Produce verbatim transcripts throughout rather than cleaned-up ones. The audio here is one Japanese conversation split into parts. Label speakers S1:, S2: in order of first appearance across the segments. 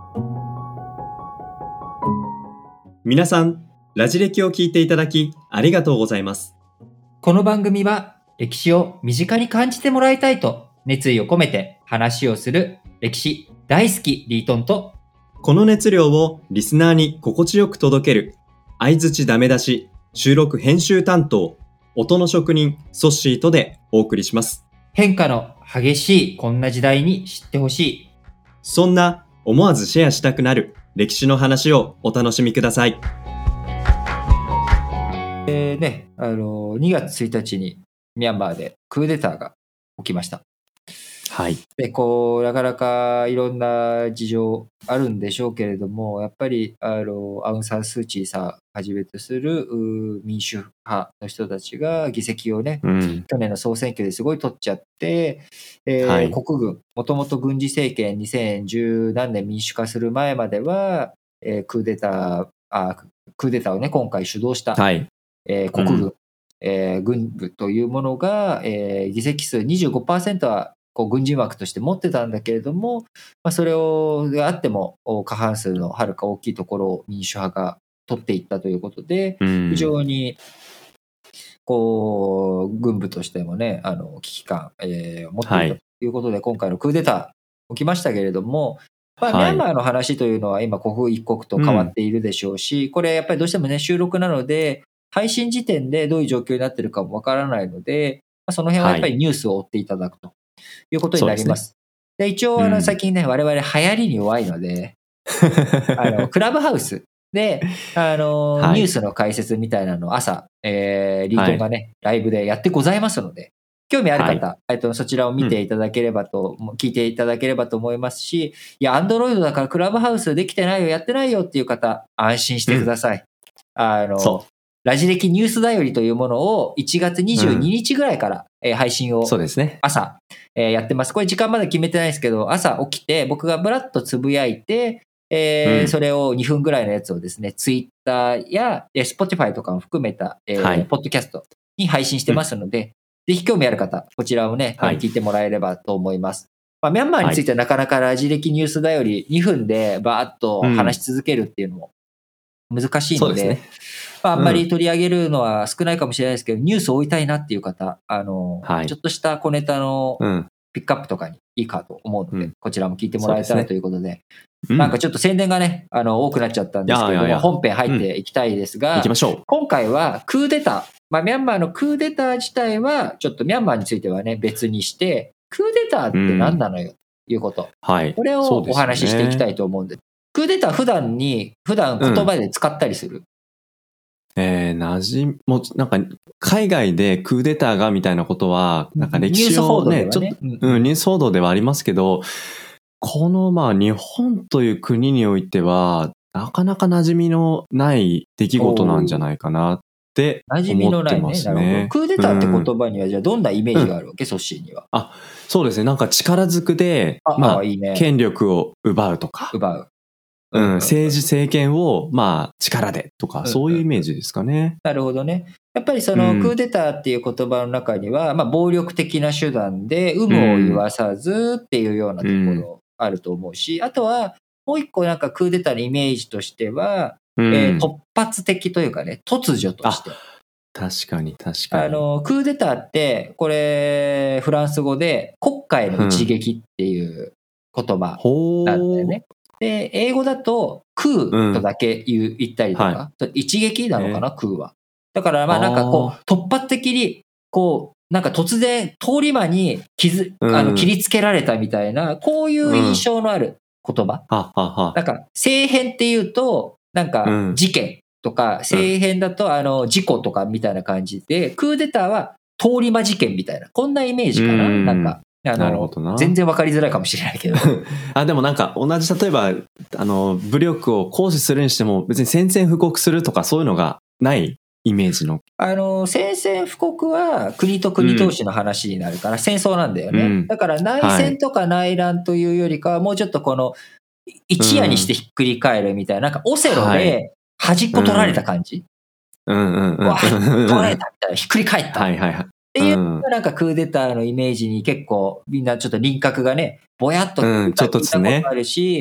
S1: 皆さん、ラジ歴を聞いていただきありがとうございます。
S2: この番組は歴史を身近に感じてもらいたいと熱意を込めて話をする歴史大好きリートンと、
S1: この熱量をリスナーに心地よく届ける相槌ダメ出し収録編集担当音の職人ソッシーとでお送りします。
S2: 変化の激しいこんな時代に知ってほしい、
S1: そんな思わずシェアしたくなる歴史の話をお楽しみください。
S2: えーね、あのにがつついたちにミャンマーでクーデターが起きました。
S1: はい。
S2: でこうなかなかいろんな事情あるんでしょうけれども、やっぱりあのアウン・サン・スー・チーさんはじめとするう民主派の人たちが議席をね、
S1: うん。
S2: 去年の総選挙ですごい取っちゃって、えー
S1: はい
S2: 国軍、もともと軍事政権にせんじゅう何年民主化する前までは、えークーデターあクーデターをね今回主導した、
S1: はい。
S2: えー国軍、
S1: うん
S2: えー軍部というものが、えー議席数 にじゅうごパーセント はこう軍人枠として持ってたんだけれども、まあ、それをがあってもお過半数のはるか大きいところを民主派が取っていったということで、
S1: うん
S2: 非常にこう軍部としてもねあの危機感、えー持っているということで、今回のクーデター起きましたけれども、まあ、ミ
S1: はい
S2: ャンマーの話というのは今刻一刻と変わっているでしょうし、これやっぱりどうしてもね収録なので配信時点でどういう状況になっているかもわからないので、まあ、その辺はやっぱりニュースを追っていただくということになります。で一応あ
S1: うん
S2: の最近ね我々流行りに弱いので、あのクラブハウスであの、
S1: はい
S2: ニュースの解説みたいなのを朝、えーリートンがね、ライブでやってございますので、興味ある方、えっと、そちらを見ていただければと、聞いていただければと思いますし、いや、アンドロイドだからクラブハウスできてないよ、やってないよっていう方、安心してください。あの
S1: そ
S2: ラジ歴ニュースだよりというものをいちがつにじゅうににちぐらいから、えー配信を
S1: そうですね。
S2: 朝、えーやってます。これ時間まだ決めてないですけど、朝起きて僕がブラッとつぶやいて、えー
S1: うん
S2: それをにふんぐらいのやつをですね、ツイッターやえー Spotify とかも含めた、えー
S1: はい
S2: ポッドキャストに配信してますので、ぜひ興味ある方、こちらをね、
S1: はい
S2: 聞いてもらえればと思います。まあ、ミャンマーについてはなかなかラジ歴ニュースだよりにふんでバーッと話し続けるっていうのも難しいので、
S1: そうですね。
S2: まあ、あんまり取り上げるのは少ないかもしれないですけど、ニュースを追いたいなっていう方、あの、
S1: はい
S2: ちょっとした小ネタの
S1: うん。
S2: ピックアップとかにいいかと思うので、
S1: うん
S2: こちらも聞いてもらえたら
S1: そうですね
S2: ということで、
S1: うん
S2: なんかちょっと宣伝がね、あの、多くなっちゃったんですけれども、
S1: いやいやいや
S2: 本編入っていきたいですが、
S1: 行きましょう。
S2: 今回はクーデター、まあ、ミャンマーのクーデター自体は、ちょっとミャンマーについてはね、別にして、クーデターって何なのよ、ということ。
S1: はい。
S2: これをお話ししていきた
S1: い。
S2: いと思うんです。クーデター普段に、普段言葉で使ったりする。
S1: えー、なじみ、もうなんか海外でクーデターがみたいなことは、なんか歴史
S2: ニュース報
S1: をね、
S2: 道ではね
S1: ちょっと、
S2: うん
S1: うん、ニュース報道ではありますけど、このまあ日本という国においては、なかなか馴染みのない出来事なんじゃないかなって
S2: 馴染み
S1: 思って
S2: のないね。なるほ
S1: ますね。
S2: ど。クーデターって
S1: うん
S2: 言葉には、じゃあどんなイメージがあるわけ、ソッシーには。
S1: あ、そうですね。なんか力ずくで、
S2: あ
S1: まあ、
S2: あいいね
S1: 権力を奪うとか、
S2: 奪う。
S1: うん、政治政権を、まあ、力でとか、
S2: うん
S1: そういうイメージですかね。
S2: なるほどね。やっぱりその
S1: うん
S2: クーデターっていう言葉の中には、まあ暴力的な手段で有無を言わさずっていうようなところあると思うし、あとはもう一個なんかクーデターのイメージとしては、
S1: うん
S2: えー突発的というかね、突如として。
S1: 確かに、確かに。
S2: あの、クーデターって、これ、フランス語で国家への一撃っていう言葉
S1: ほ
S2: なんだよね。で、英語だと、クーとだけ言う言ったりとか、
S1: は
S2: 一撃なのかな、クーは。だから、まあなんかこ
S1: あ
S2: う、突発的に、こう、なんか突然、通り魔に傷、
S1: うん
S2: あの切りつけられたみたいな、こういう印象のある言葉。
S1: ははは
S2: なんか、政変っていうと、なんか
S1: うん、
S2: 事件とか、政変だと、あの、事故とかみたいな感じで、クーデターは通り魔事件みたいな、こんなイメージかな。
S1: うん
S2: なんか、あ
S1: なるほどな
S2: の、全然わかりづらいかもしれないけど。
S1: あ、でもなんか同じ、例えば、あの、武力を行使するにしても、別に宣戦布告するとかそういうのがないイメージの。
S2: あの、宣戦布告は国と国同士の話になるから戦争なんだよね。
S1: うん
S2: だから内戦とか内乱というよりかはもうちょっとこの一夜にしてひっくり返るみたいな、なんかオセロで端っこ取られた感じ。
S1: うんうんうん。
S2: わあ、取られたみたいな、ひっくり返った。
S1: はいはいはい。
S2: っていうのがなんかクーデターのイメージに結構みんなちょっと輪郭がね、ぼやっと
S1: うんちょっとですね
S2: あるし、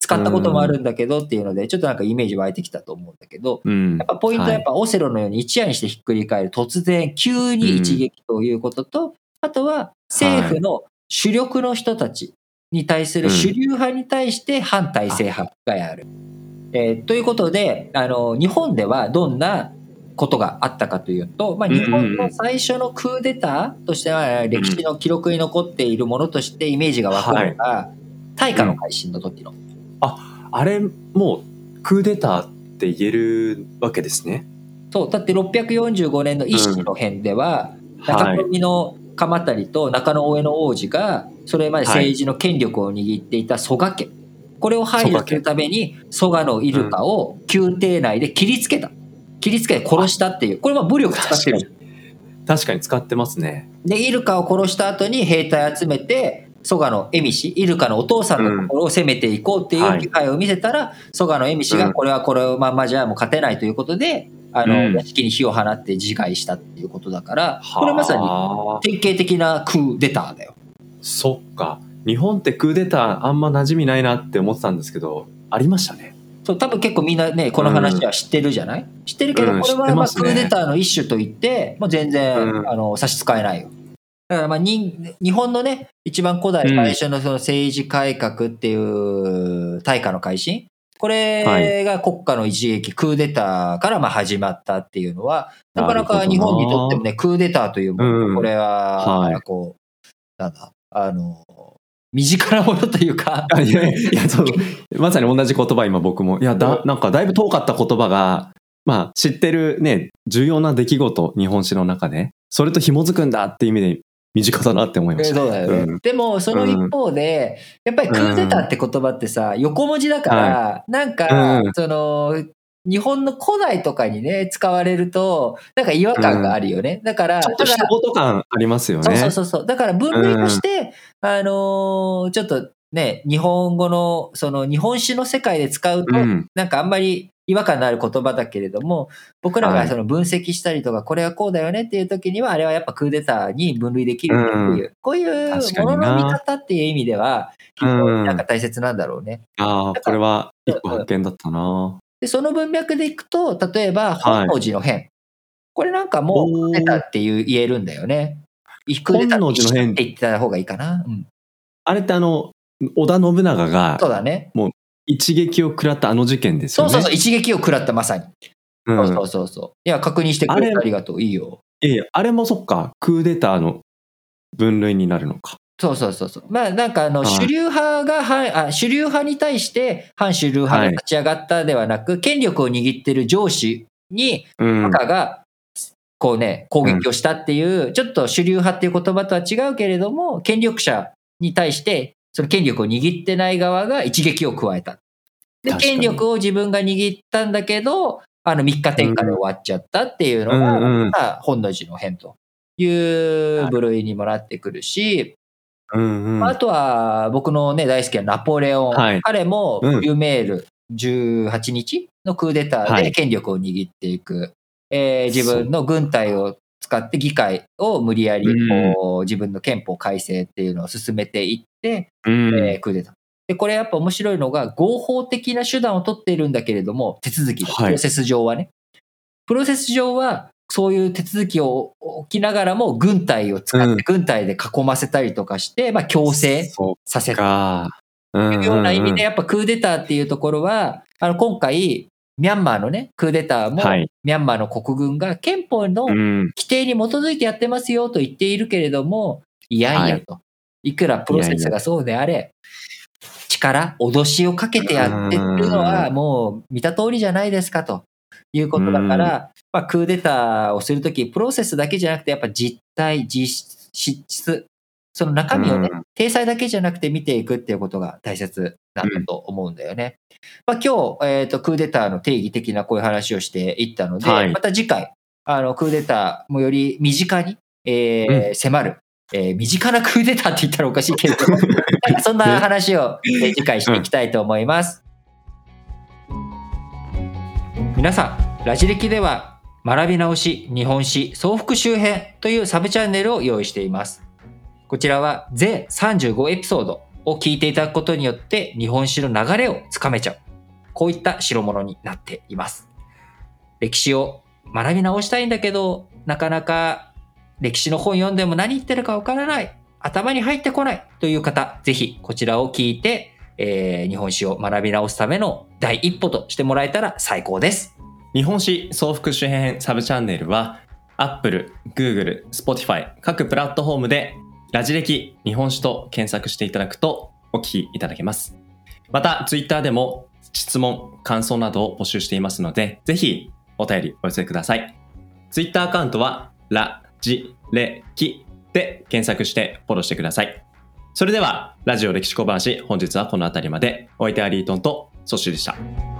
S2: 使ったこともあるんだけどっていうので、ちょっとなんかイメージ湧いてきたと思うんだけど、
S1: うん。
S2: やっぱポイントはやっぱオセロのように一夜にしてひっくり返る突然急に一撃ということと、あとは政府の主力の人たちに対する主流派に対して反体制派がやる。えーということで、あの、日本ではどんなことがあったかというと、まあ、日本の最初のクーデターとしては歴史の記録に残っているものとしてイメージが湧くのが、大化の改新の時の。
S1: あ、あれもうクーデターって言えるわけですね。
S2: そう、だってろっぴゃくよんじゅうごねんの一子の変では、
S1: うん、
S2: 中富の鎌足と中野大江の王子がそれまで政治の権力を握っていた蘇我家、これを排除するために蘇我のイルカを宮廷内で切りつけた、切りつけて殺したっていう、これは武力使ってる。
S1: 確かに使ってますね。
S2: でイルカを殺した後に兵隊集めて蘇我の蝦夷、イルカのお父さんのところを攻めていこうっていう気配を見せたら、蘇我の蝦夷がこれはこれまんまじゃもう勝てないということで、あの屋敷に火を放って自害したっていうことだから、これまさに典型的なクーデターだよ。
S1: そっか、日本ってクーデターあんま馴染みないなって思ってたんですけど、ありましたね。
S2: そう、多分結構みんなねこの話は知ってるじゃない、うん、知ってるけど、これはまあクーデターの一種と言ってもう全然、うん、あの差し支えないよ。だからまあに日本のね一番古代最初のその政治改革っていう大化の改新、これが国家の一撃、クーデターからまあ始まったっていうのは、なかなか日本にとってもね、クーデターというもの、うん、これは、こう、なんだ、あの、身近なものというか。
S1: いやいや、そう、まさに同じ言葉、今僕も。いや、だ、なんかだいぶ遠かった言葉が、まあ知ってるね、重要な出来事、日本史の中で、それと紐づくんだって意味で、身近だなって思いました。
S2: そうだよね。うん、でもその一方で、うん、やっぱりクーデターって言葉ってさ、横文字だから、はい、なんか、うん、その日本の古代とかにね使われるとなんか違和感があるよね。うん、だから
S1: ちょっと一言感ありますよね。
S2: そうそうそう。だから分類として、うん、あのー、ちょっとね日本語のその日本史の世界で使うと、うん、なんかあんまり違和感のある言葉だけれども、僕らがその分析したりとか、はい、これはこうだよねっていう時にはあれはやっぱクーデターに分類できるっていう、うん、こういうものの見方っていう意味では非常になんか大切なんだろうね。
S1: うん、ああ、これは一個発見だったな。
S2: でその文脈でいくと、例えば本能寺の変、はい、これなんかもうクーデターっていう言えるんだよね。クーデターって言った方がいいかな。うん、
S1: あれってあの織田信長が
S2: そうだね。
S1: もう一撃を食らったあの事件ですよね。
S2: そうそうそう、一撃を食らったまさに。うん、そうそうそうそう。いや、確認してくれてありがとう。いいよ。
S1: いやいや、あれもそっか、クーデターの分類になるのか。
S2: そうそうそうそう。まあなんかあの主流派が反あ主流派に対して反主流派が立ち上がったではなく、はい、権力を握ってる上司に赤がこうね攻撃をしたっていう、うん、ちょっと主流派っていう言葉とは違うけれども、権力者に対してその権力を握ってない側が一撃を加えた。で権力を自分が握ったんだけど、あのみっか天下で終わっちゃったっていうのが、うんうん、本能寺の変という部類にもなってくるし、うんうん、あとは僕のね大好きなナポレオン、はい、彼もフリュメールじゅうはちにちのクーデターで権力を握っていく、はい、えー、自分の軍隊を使って議会を無理やりこう、うん、自分の憲法改正っていうのを進めていって、うん、えー、クーデターでこれやっぱ面白いのが合法的な手段を取っているんだけれども、手続き、プロセス上はね、はい、プロセス上はそういう手続きを起きながらも軍隊を使って軍隊で囲ませたりとかして、うん、まあ強制させたというような意味で、やっぱクーデターっていうところは、あの今回ミャンマーのねクーデターも、はい、ミャンマーの国軍が憲法の規定に基づいてやってますよと言っているけれども、いやいやと、はい、いくらプロセスがそうであれ、いやいや力脅しをかけてやってるのはもう見た通りじゃないですかということだから、まあ、クーデターをするときプロセスだけじゃなくてやっぱ実態実質その中身をね体裁だけじゃなくて見ていくっていうことが大切なんだと思うんだよね。まあ、今日、えーと、クーデターの定義的なこういう話をしていったので、はい、また次回あのクーデターもより身近に、えーうん、迫る、えー、身近なクーデターって言ったらおかしいけれどなんかそんな話を、えー、次回していきたいと思います。うん、皆さんラジ歴では学び直し日本史総復習編というサブチャンネルを用意しています。こちらは全さんじゅうごエピソードを聞いていただくことによって日本史の流れをつかめちゃう。こういった代物になっています。歴史を学び直したいんだけど、なかなか歴史の本読んでも何言ってるかわからない。頭に入ってこないという方、ぜひこちらを聞いて、えー、日本史を学び直すための第一歩としてもらえたら最高です。
S1: 日本史総復習編サブチャンネルは Apple、Google、Spotify 各プラットフォームでラジ歴日本史と検索していただくとお聞きいただけます。また Twitter でも質問、感想などを募集していますので、ぜひお便りお寄せください。Twitter アカウントはラジレキで検索してフォローしてください。それではラジオ歴史小話、本日はこの辺りまで。お相手はリートンとソッシーでした。